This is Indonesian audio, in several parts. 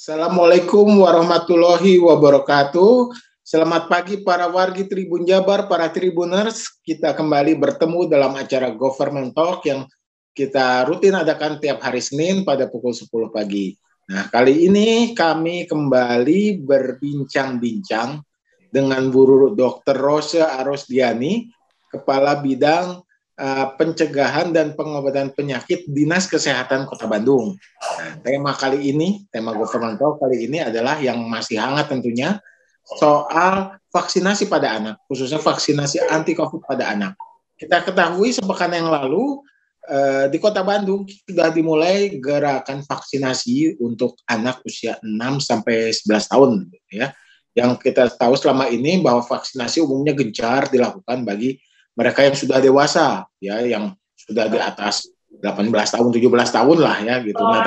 Assalamualaikum warahmatullahi wabarakatuh. Selamat pagi para wargi Tribun Jabar, para Tribuners. Kita kembali bertemu dalam acara Government Talk yang kita rutin adakan tiap hari Senin pada pukul 10 pagi. Nah, kali ini kami kembali berbincang-bincang dengan Bu Dr. Rose Arosdiani, Kepala Bidang Pencegahan dan Pengobatan Penyakit Dinas Kesehatan Kota Bandung. Nah, tema Government Talk kali ini adalah yang masih hangat tentunya, soal vaksinasi pada anak, khususnya vaksinasi anti-COVID pada anak. Kita ketahui sepekan yang lalu di Kota Bandung sudah dimulai gerakan vaksinasi untuk anak usia 6 sampai 11 tahun, ya. Yang kita tahu selama ini bahwa vaksinasi umumnya gencar dilakukan bagi mereka yang sudah dewasa, ya, yang sudah di atas 18 tahun, 17 tahun lah, ya, gitu. Nah,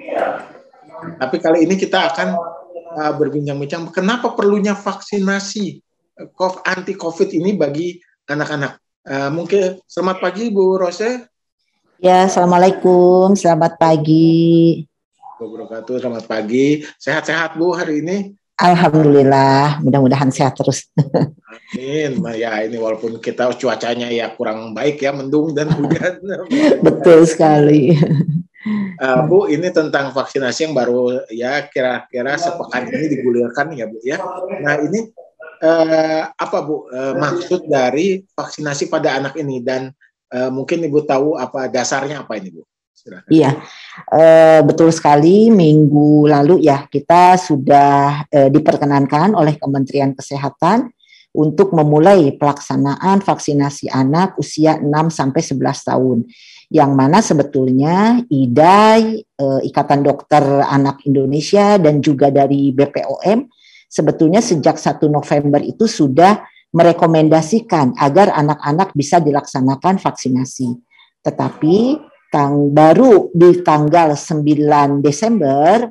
tapi kali ini kita akan berbincang-bincang kenapa perlunya vaksinasi anti-COVID ini bagi anak-anak. Mungkin selamat pagi Bu Rose. Ya, Assalamualaikum, selamat pagi. Wabarakatuh, selamat pagi. Sehat-sehat Bu hari ini? Alhamdulillah, mudah-mudahan sehat terus. Amin. Ya, ini walaupun kita cuacanya ya kurang baik ya, mendung dan hujan. Betul sekali. Bu, ini tentang vaksinasi yang baru ya kira-kira sepekan ini digulirkan ya Bu ya. Nah, ini apa Bu maksud dari vaksinasi pada anak ini, dan mungkin Ibu tahu apa dasarnya apa ini Bu? Silakan. Iya, betul sekali. Minggu lalu ya kita sudah diperkenankan oleh Kementerian Kesehatan untuk memulai pelaksanaan vaksinasi anak usia 6 sampai 11 tahun. Yang mana sebetulnya IDAI, Ikatan Dokter Anak Indonesia, dan juga dari BPOM sebetulnya sejak 1 November itu sudah merekomendasikan agar anak-anak bisa dilaksanakan vaksinasi. Tetapi baru di tanggal 9 Desember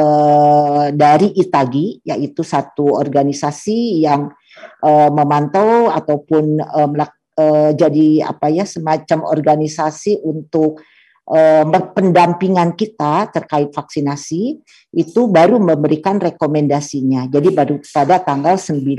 dari ITAGI, yaitu satu organisasi yang memantau ataupun jadi semacam organisasi untuk pendampingan kita terkait vaksinasi, itu baru memberikan rekomendasinya. Jadi baru pada tanggal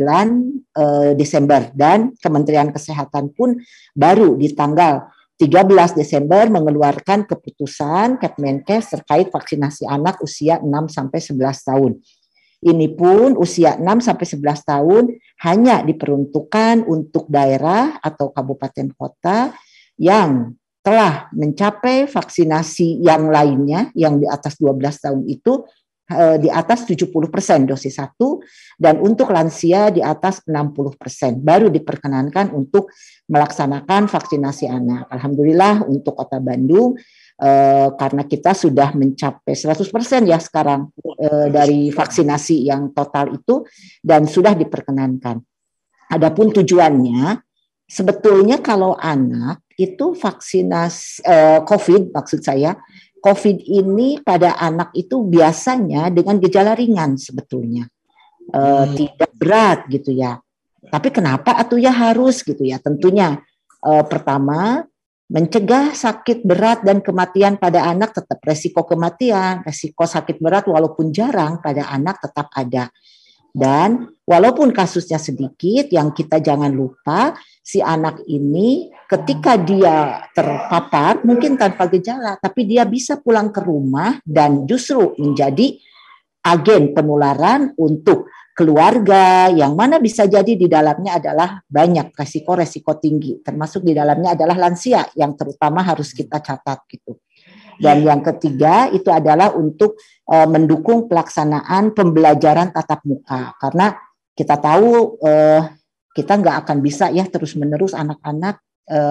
9 Desember, dan Kementerian Kesehatan pun baru di tanggal 13 Desember mengeluarkan keputusan Kepmenkes terkait vaksinasi anak usia 6 sampai 11 tahun. Ini pun usia 6 sampai 11 tahun hanya diperuntukkan untuk daerah atau kabupaten kota yang telah mencapai vaksinasi yang lainnya yang di atas 12 tahun itu di atas 70% dosis 1, dan untuk lansia di atas 60%. Baru diperkenankan untuk melaksanakan vaksinasi anak. Alhamdulillah untuk Kota Bandung, karena kita sudah mencapai 100% ya sekarang dari vaksinasi yang total itu, dan sudah diperkenankan. Adapun tujuannya, sebetulnya kalau anak itu vaksinasi COVID, maksud saya, COVID ini pada anak itu biasanya dengan gejala ringan sebetulnya, tidak berat gitu ya. Tapi kenapa ya harus gitu ya? Tentunya pertama, mencegah sakit berat dan kematian pada anak. Tetap resiko kematian, resiko sakit berat walaupun jarang pada anak tetap ada. Dan walaupun kasusnya sedikit, yang kita jangan lupa, si anak ini ketika dia terpapar mungkin tanpa gejala, tapi dia bisa pulang ke rumah dan justru menjadi agen penularan untuk keluarga, yang mana bisa jadi di dalamnya adalah banyak resiko-resiko tinggi, termasuk di dalamnya adalah lansia yang terutama harus kita catat gitu. Dan yang ketiga itu adalah untuk mendukung pelaksanaan pembelajaran tatap muka, karena kita tahu kita nggak akan bisa ya terus-menerus anak-anak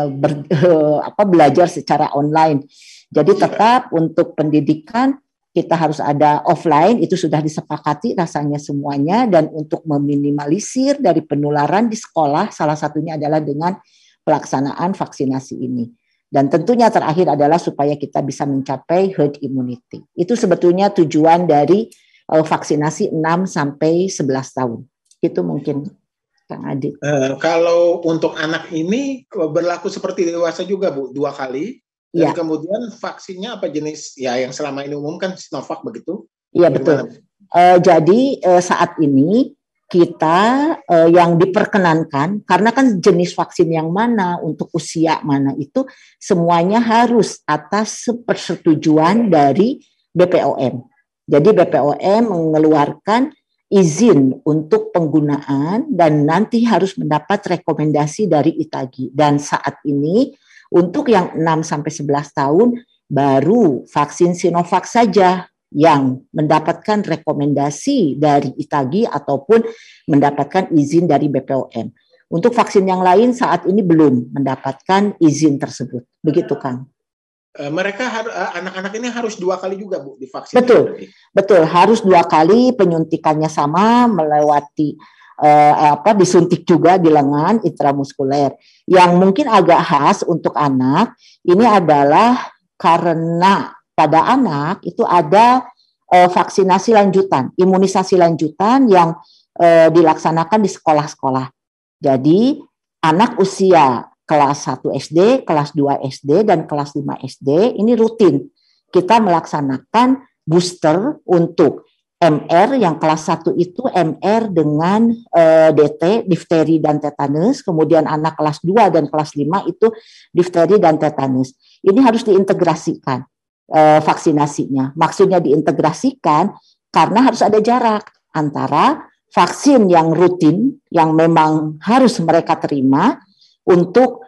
belajar secara online. Jadi tetap untuk pendidikan kita harus ada offline, itu sudah disepakati rasanya semuanya, dan untuk meminimalisir dari penularan di sekolah salah satunya adalah dengan pelaksanaan vaksinasi ini. Dan tentunya terakhir adalah supaya kita bisa mencapai herd immunity. Itu sebetulnya tujuan dari vaksinasi 6 sampai 11 tahun. Itu mungkin Kang Adit. Kalau untuk anak ini berlaku seperti dewasa juga Bu, 2 kali. Dan kemudian vaksinnya apa jenis ya yang selama ini umum kan Sinovac begitu? Iya betul. Jadi saat ini kita yang diperkenankan, karena kan jenis vaksin yang mana, untuk usia mana itu semuanya harus atas persetujuan dari BPOM. Jadi BPOM mengeluarkan izin untuk penggunaan dan nanti harus mendapat rekomendasi dari ITAGI. Dan saat ini untuk yang 6-11 tahun baru vaksin Sinovac saja yang mendapatkan rekomendasi dari ITAGI ataupun mendapatkan izin dari BPOM. Untuk vaksin yang lain saat ini belum mendapatkan izin tersebut. Begitu, Kang. Mereka anak-anak ini harus 2 kali juga, Bu, divaksin. Betul, harus 2 kali, penyuntikannya sama, melewati disuntik juga di lengan intramuskuler. Yang mungkin agak khas untuk anak ini adalah karena pada anak itu ada vaksinasi lanjutan, imunisasi lanjutan yang dilaksanakan di sekolah-sekolah. Jadi anak usia kelas 1 SD, kelas 2 SD, dan kelas 5 SD ini rutin kita melaksanakan booster untuk MR yang kelas 1 itu MR dengan DT, difteri dan tetanus, kemudian anak kelas 2 dan kelas 5 itu difteri dan tetanus. Ini harus diintegrasikan vaksinasinya. Maksudnya diintegrasikan karena harus ada jarak antara vaksin yang rutin yang memang harus mereka terima untuk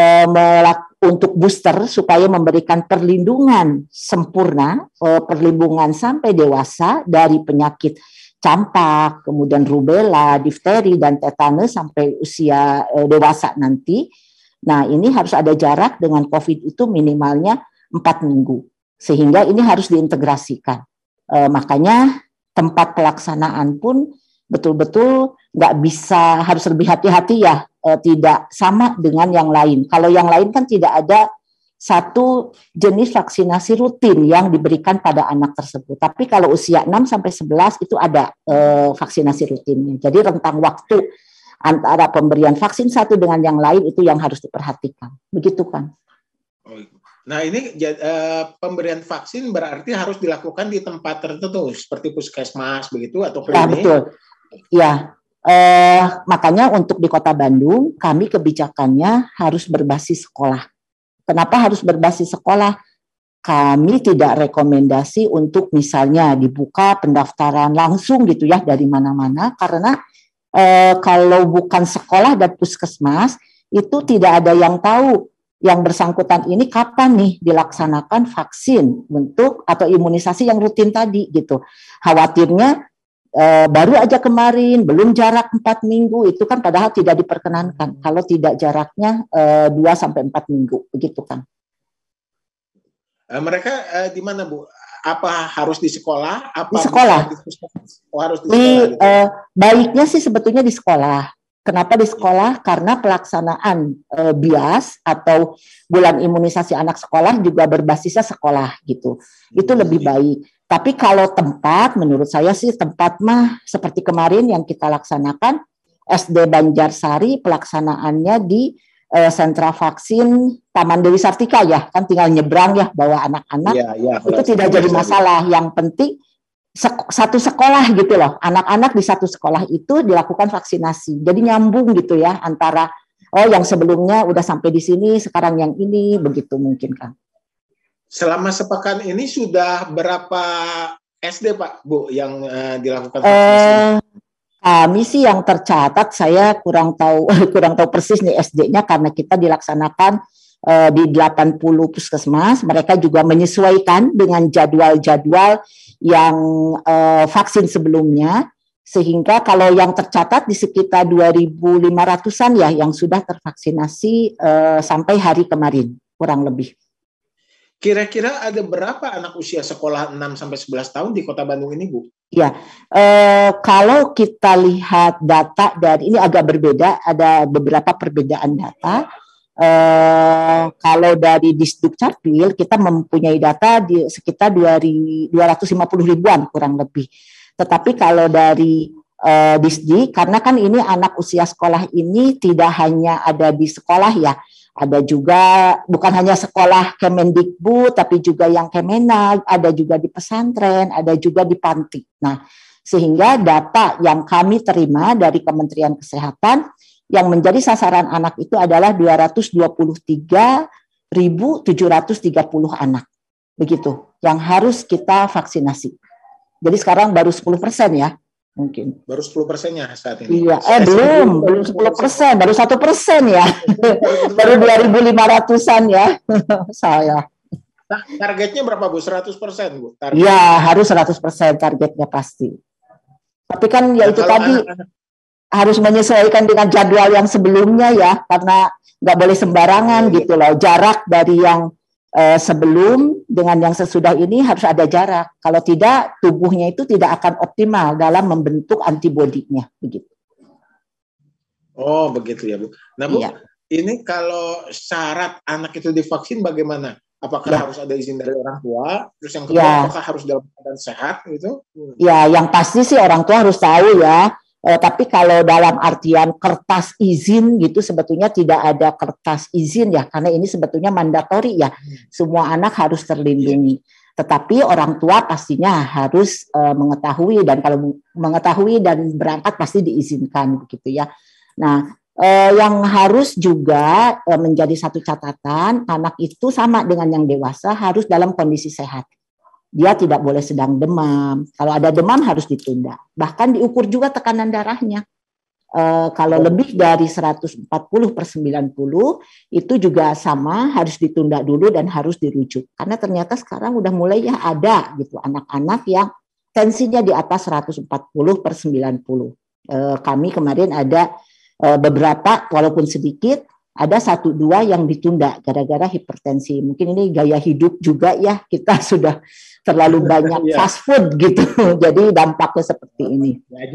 booster supaya memberikan perlindungan sempurna, perlindungan sampai dewasa dari penyakit campak, kemudian rubella, difteri dan tetanus sampai usia dewasa nanti. Nah, ini harus ada jarak dengan COVID itu minimalnya 4 minggu. Sehingga ini harus diintegrasikan. Makanya tempat pelaksanaan pun betul-betul nggak bisa, harus lebih hati-hati ya, tidak sama dengan yang lain. Kalau yang lain kan tidak ada satu jenis vaksinasi rutin yang diberikan pada anak tersebut. Tapi kalau usia 6-11 itu ada vaksinasi rutinnya. Jadi rentang waktu antara pemberian vaksin satu dengan yang lain itu yang harus diperhatikan. Begitu kan? Nah ini pemberian vaksin berarti harus dilakukan di tempat tertentu seperti puskesmas begitu atau klinik? Ya, betul. Ya, makanya untuk di Kota Bandung kami kebijakannya harus berbasis sekolah. Kenapa harus berbasis sekolah? Kami tidak rekomendasi untuk misalnya dibuka pendaftaran langsung gitu ya dari mana-mana, karena kalau bukan sekolah dan puskesmas itu tidak ada yang tahu yang bersangkutan ini kapan nih dilaksanakan vaksin untuk atau imunisasi yang rutin tadi gitu. Khawatirnya baru aja kemarin, belum jarak 4 minggu, itu kan padahal tidak diperkenankan kalau tidak jaraknya 2-4 minggu, begitu kan. Mereka di mana, Bu? Apa harus di sekolah? Apa di sekolah. Harus di sekolah? Baiknya sih sebetulnya di sekolah. Kenapa di sekolah? Karena pelaksanaan BIAS atau bulan imunisasi anak sekolah juga berbasisnya sekolah gitu. Itu lebih baik. Tapi kalau tempat, menurut saya sih tempat mah seperti kemarin yang kita laksanakan SD Banjarsari, pelaksanaannya di sentra vaksin Taman Dewi Sartika ya, kan tinggal nyebrang ya bawa anak-anak. Itu tidak jadi masalah. Yang penting satu sekolah gitu loh, anak-anak di satu sekolah itu dilakukan vaksinasi. Jadi nyambung gitu ya antara yang sebelumnya udah sampai di sini, sekarang yang ini, begitu mungkin kan. Selama sepekan ini sudah berapa SD Pak, Bu yang dilakukan vaksinasi? Kami sih yang tercatat, saya kurang tahu persis nih SD-nya karena kita dilaksanakan di 80 puskesmas. Mereka juga menyesuaikan dengan jadwal-jadwal yang vaksin sebelumnya, sehingga kalau yang tercatat di sekitar 2.500-an ya yang sudah tervaksinasi sampai hari kemarin, kurang lebih. Kira-kira ada berapa anak usia sekolah 6-11 tahun di Kota Bandung ini, Bu? Ya, kalau kita lihat data dari ini agak berbeda, ada beberapa perbedaan data. Kalau dari Disduk Capil kita mempunyai data di sekitar 250 ribuan kurang lebih. Tetapi kalau dari Disdik, karena kan ini anak usia sekolah ini tidak hanya ada di sekolah ya, ada juga bukan hanya sekolah Kemendikbud, tapi juga yang Kemenag, ada juga di pesantren, ada juga di panti. Nah, Sehingga data yang kami terima dari Kementerian Kesehatan yang menjadi sasaran anak itu adalah 223.730 anak. Begitu, yang harus kita vaksinasi. Jadi sekarang baru 10% ya, mungkin. Baru 10%-nya saat ini. Iya, belum 10%, baru 1% ya. Baru 2.500-an ya. Saya. Nah, targetnya berapa, Bu? 100%, Bu? Iya, harus 100% targetnya pasti. Tapi kan ya itu tadi harus menyesuaikan dengan jadwal yang sebelumnya ya, karena nggak boleh sembarangan gitu loh. Jarak dari yang sebelum dengan yang sesudah ini harus ada jarak. Kalau tidak, tubuhnya itu tidak akan optimal dalam membentuk antibodinya, begitu. Oh, begitu ya, Bu. Nah, Bu, ini kalau syarat anak itu divaksin bagaimana? Apakah harus ada izin dari orang tua? Terus yang kedua, apakah harus dalam keadaan sehat gitu? Ya, yang pasti sih orang tua harus tahu ya. Tapi kalau dalam artian kertas izin gitu sebetulnya tidak ada kertas izin ya, karena ini sebetulnya mandatori ya. Semua anak harus terlindungi. Tetapi orang tua pastinya harus mengetahui, dan kalau mengetahui dan berangkat pasti diizinkan begitu ya. Nah, yang harus juga menjadi satu catatan, anak itu sama dengan yang dewasa harus dalam kondisi sehat. Dia tidak boleh sedang demam. Kalau ada demam harus ditunda. Bahkan diukur juga tekanan darahnya. Kalau lebih dari 140/90 itu juga sama, harus ditunda dulu dan harus dirujuk. Karena ternyata sekarang udah mulai ya ada gitu anak-anak yang tensinya di atas 140/90. Kami kemarin ada beberapa, walaupun sedikit, ada 1-2 yang ditunda gara-gara hipertensi. Mungkin ini gaya hidup juga ya, kita sudah terlalu banyak fast food gitu, jadi dampaknya seperti ini.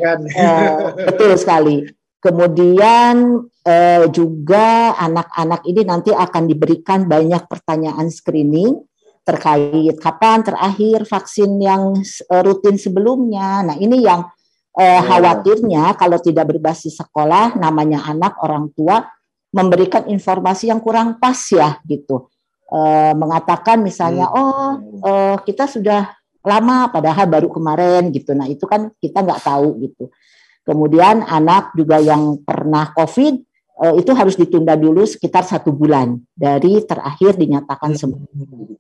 Betul sekali. Kemudian juga anak-anak ini nanti akan diberikan banyak pertanyaan screening terkait kapan terakhir vaksin yang rutin sebelumnya. Nah ini yang khawatirnya kalau tidak berbasis sekolah, namanya anak, orang tua memberikan informasi yang kurang pas ya gitu. Mengatakan misalnya kita sudah lama padahal baru kemarin gitu. Nah itu kan kita nggak tahu gitu. Kemudian anak juga yang pernah COVID itu harus ditunda dulu sekitar 1 bulan dari terakhir dinyatakan sembuh.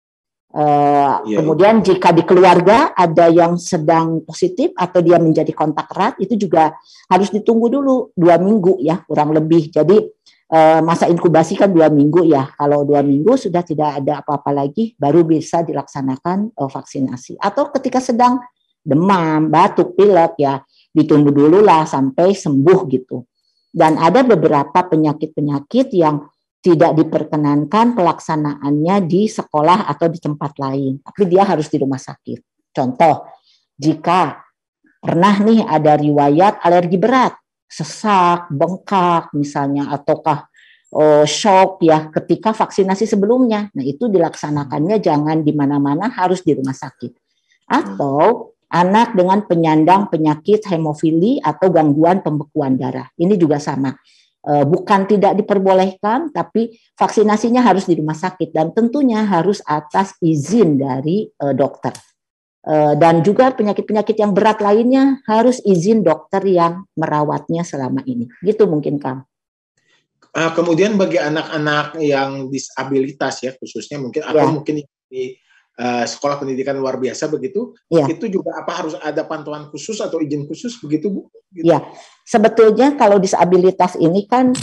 Kemudian jika di keluarga ada yang sedang positif atau dia menjadi kontak erat, itu juga harus ditunggu dulu 2 minggu ya kurang lebih. Jadi masa inkubasi kan 2 minggu ya. Kalau 2 minggu sudah tidak ada apa-apa lagi, baru bisa dilaksanakan vaksinasi. Atau ketika sedang demam, batuk, pilek ya, ditunggu dulu lah sampai sembuh gitu. Dan ada beberapa penyakit-penyakit yang tidak diperkenankan pelaksanaannya di sekolah atau di tempat lain, tapi dia harus di rumah sakit. Contoh, jika pernah nih ada riwayat alergi berat, sesak, bengkak misalnya, ataukah shock ya ketika vaksinasi sebelumnya, nah itu dilaksanakannya jangan di mana-mana, harus di rumah sakit. Atau anak dengan penyandang penyakit hemofili atau gangguan pembekuan darah, ini juga sama. Bukan tidak diperbolehkan, tapi vaksinasinya harus di rumah sakit dan tentunya harus atas izin dari dokter. Dan juga penyakit-penyakit yang berat lainnya harus izin dokter yang merawatnya selama ini. Gitu mungkin, Kang. Kemudian bagi anak-anak yang disabilitas ya khususnya mungkin atau mungkin di sekolah pendidikan luar biasa begitu, itu juga apa harus ada pantauan khusus atau izin khusus begitu, Bu? Gitu. Ya, sebetulnya kalau disabilitas ini kan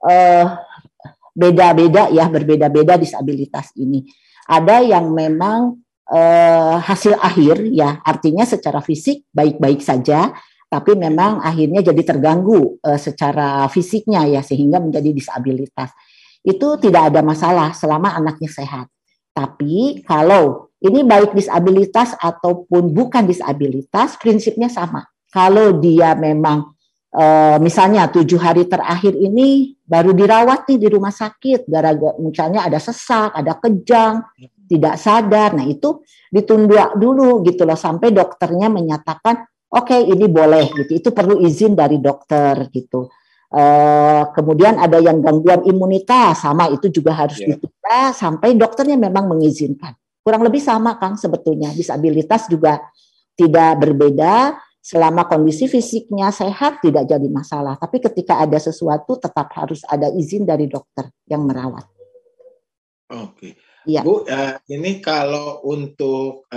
beda-beda ya, berbeda-beda disabilitas ini. Ada yang memang hasil akhir ya, artinya secara fisik baik-baik saja, tapi memang akhirnya jadi terganggu secara fisiknya ya, sehingga menjadi disabilitas. Itu tidak ada masalah selama anaknya sehat. Tapi kalau ini baik disabilitas ataupun bukan disabilitas, prinsipnya sama. Kalau dia memang misalnya 7 hari terakhir ini baru dirawat nih di rumah sakit, gara-gara misalnya ada sesak, ada kejang, tidak sadar, nah itu ditunda dulu gitu loh sampai dokternya menyatakan oke, ini boleh gitu. Itu perlu izin dari dokter gitu. Kemudian ada yang gangguan imunitas, sama itu juga harus ditunda sampai dokternya memang mengizinkan. Kurang lebih sama, Kang, sebetulnya disabilitas juga tidak berbeda. selama kondisi fisiknya sehat tidak jadi masalah. Tapi ketika ada sesuatu tetap harus ada izin dari dokter yang merawat. Oke. Ya. Bu, ini kalau untuk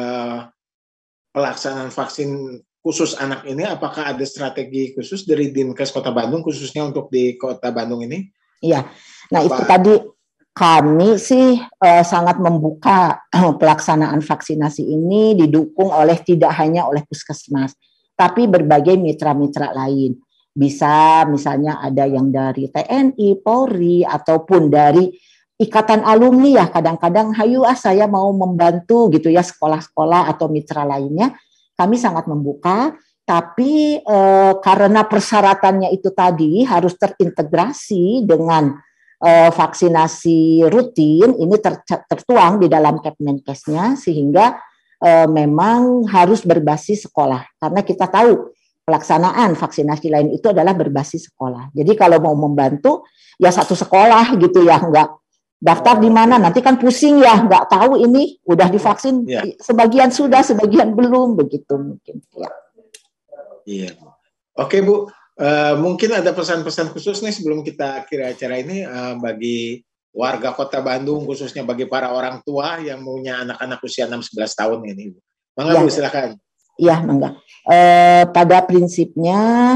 pelaksanaan vaksin khusus anak ini, apakah ada strategi khusus dari Dinkes Kota Bandung, khususnya untuk di Kota Bandung ini? Iya. Nah, itu tadi kami sih sangat membuka pelaksanaan vaksinasi ini didukung oleh tidak hanya oleh puskesmas, tapi berbagai mitra-mitra lain. Bisa misalnya ada yang dari TNI, Polri, ataupun dari ikatan alumni ya, kadang-kadang hayu saya mau membantu gitu ya, sekolah-sekolah atau mitra lainnya. Kami sangat membuka, tapi karena persyaratannya itu tadi harus terintegrasi dengan vaksinasi rutin, ini tertuang di dalam Kepmenkesnya, sehingga memang harus berbasis sekolah, karena kita tahu pelaksanaan vaksinasi lain itu adalah berbasis sekolah. Jadi kalau mau membantu ya satu sekolah gitu ya, enggak daftar di mana, nanti kan pusing ya, nggak tahu ini udah divaksin, sebagian sudah, sebagian belum, begitu mungkin. Ya. Iya. Oke Bu, mungkin ada pesan-pesan khusus nih sebelum kita akhiri acara ini bagi warga Kota Bandung, khususnya bagi para orang tua yang punya anak-anak usia 6-11 tahun ini. Mangga Bu, silakan. Iya, mangga. Pada prinsipnya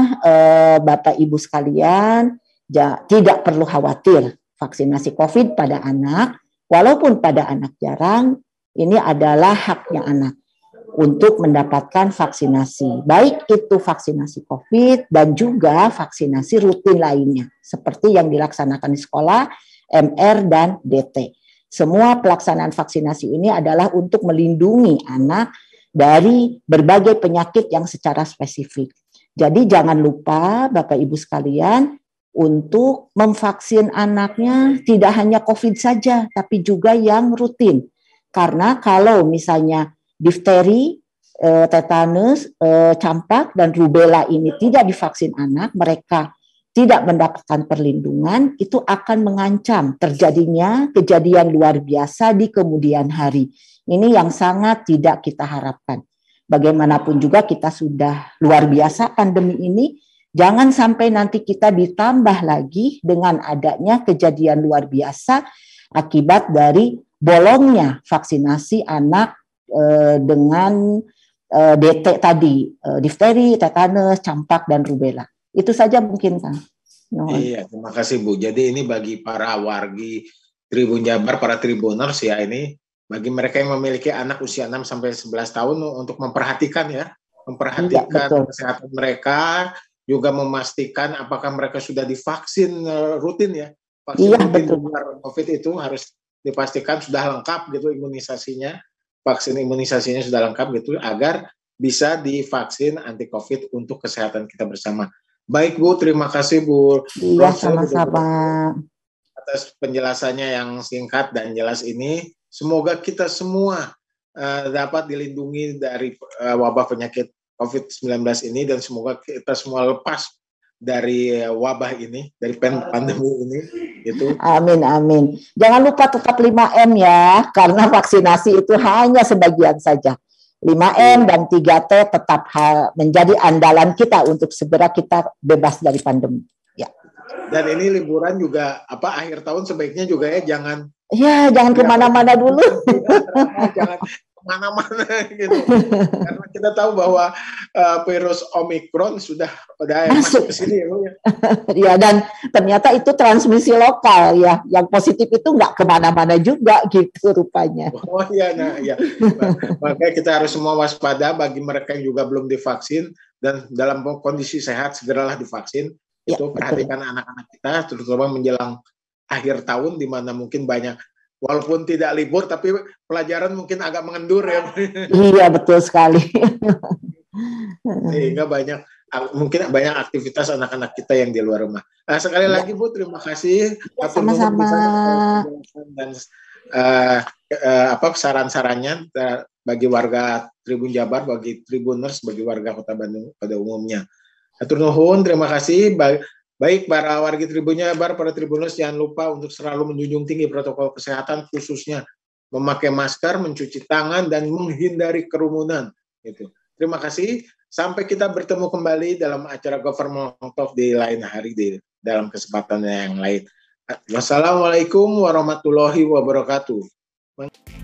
Bapak Ibu sekalian tidak perlu khawatir vaksinasi COVID pada anak, walaupun pada anak jarang, ini adalah haknya anak untuk mendapatkan vaksinasi, baik itu vaksinasi COVID dan juga vaksinasi rutin lainnya, seperti yang dilaksanakan di sekolah, MR dan DT. Semua pelaksanaan vaksinasi ini adalah untuk melindungi anak dari berbagai penyakit yang secara spesifik. Jadi jangan lupa Bapak Ibu sekalian untuk memvaksin anaknya tidak hanya COVID saja, tapi juga yang rutin. Karena kalau misalnya difteri, tetanus, campak, dan rubella ini tidak divaksin anak, mereka tidak mendapatkan perlindungan, itu akan mengancam terjadinya kejadian luar biasa di kemudian hari. Ini yang sangat tidak kita harapkan. Bagaimanapun juga kita sudah luar biasa pandemi ini, jangan sampai nanti kita ditambah lagi dengan adanya kejadian luar biasa akibat dari bolongnya vaksinasi anak dengan DT tadi, difteri, tetanus, campak, dan rubella. Itu saja mungkin, Kang. Iya, terima kasih Bu. Jadi ini bagi para wargi Tribun Jabar, para Tribuners ya, ini bagi mereka yang memiliki anak usia 6-11 tahun untuk memperhatikan ya, memperhatikan kesehatan mereka, juga memastikan apakah mereka sudah divaksin rutin ya. Vaksin rutin COVID itu harus dipastikan sudah lengkap gitu imunisasinya, vaksin imunisasinya sudah lengkap gitu agar bisa divaksin anti COVID untuk kesehatan kita bersama. Baik Bu, terima kasih Bu. Iya, sama-sama. Atas penjelasannya yang singkat dan jelas ini, semoga kita semua dapat dilindungi dari wabah penyakit COVID-19 ini dan semoga kita semua lepas dari wabah ini, dari pandemi ini. Gitu. Amin, amin. Jangan lupa tetap 5M ya, karena vaksinasi itu hanya sebagian saja. 5M dan 3T tetap menjadi andalan kita untuk segera kita bebas dari pandemi. Ya. Dan ini liburan juga akhir tahun sebaiknya juga ya jangan kemana-mana dulu. Jangan kemana-mana gitu. Karena kita tahu bahwa virus Omikron sudah masuk ke sini ya. Ya, dan ternyata itu transmisi lokal ya. Yang positif itu nggak kemana-mana juga gitu rupanya. Oh iya, makanya kita harus semua waspada bagi mereka yang juga belum divaksin dan dalam kondisi sehat segeralah divaksin. Ya, itu perhatikan anak-anak kita, terutama menjelang akhir tahun di mana mungkin banyak. Walaupun tidak libur, tapi pelajaran mungkin agak mengendur ya. Iya, betul sekali. Sehingga mungkin banyak aktivitas anak-anak kita yang di luar rumah. Sekali lagi Bu, terima kasih. Sama-sama. Dan saran-sarannya bagi warga Tribun Jabar, bagi Tribuners, bagi warga Kota Bandung pada umumnya. Hatur nuhun, terima kasih. Baik para wargi Tribun Jabar, para Tribuners, jangan lupa untuk selalu menjunjung tinggi protokol kesehatan, khususnya memakai masker, mencuci tangan, dan menghindari kerumunan. Gitu. Terima kasih. Sampai kita bertemu kembali dalam acara Government Talk di lain hari dalam kesempatan yang lain. Wassalamualaikum warahmatullahi wabarakatuh.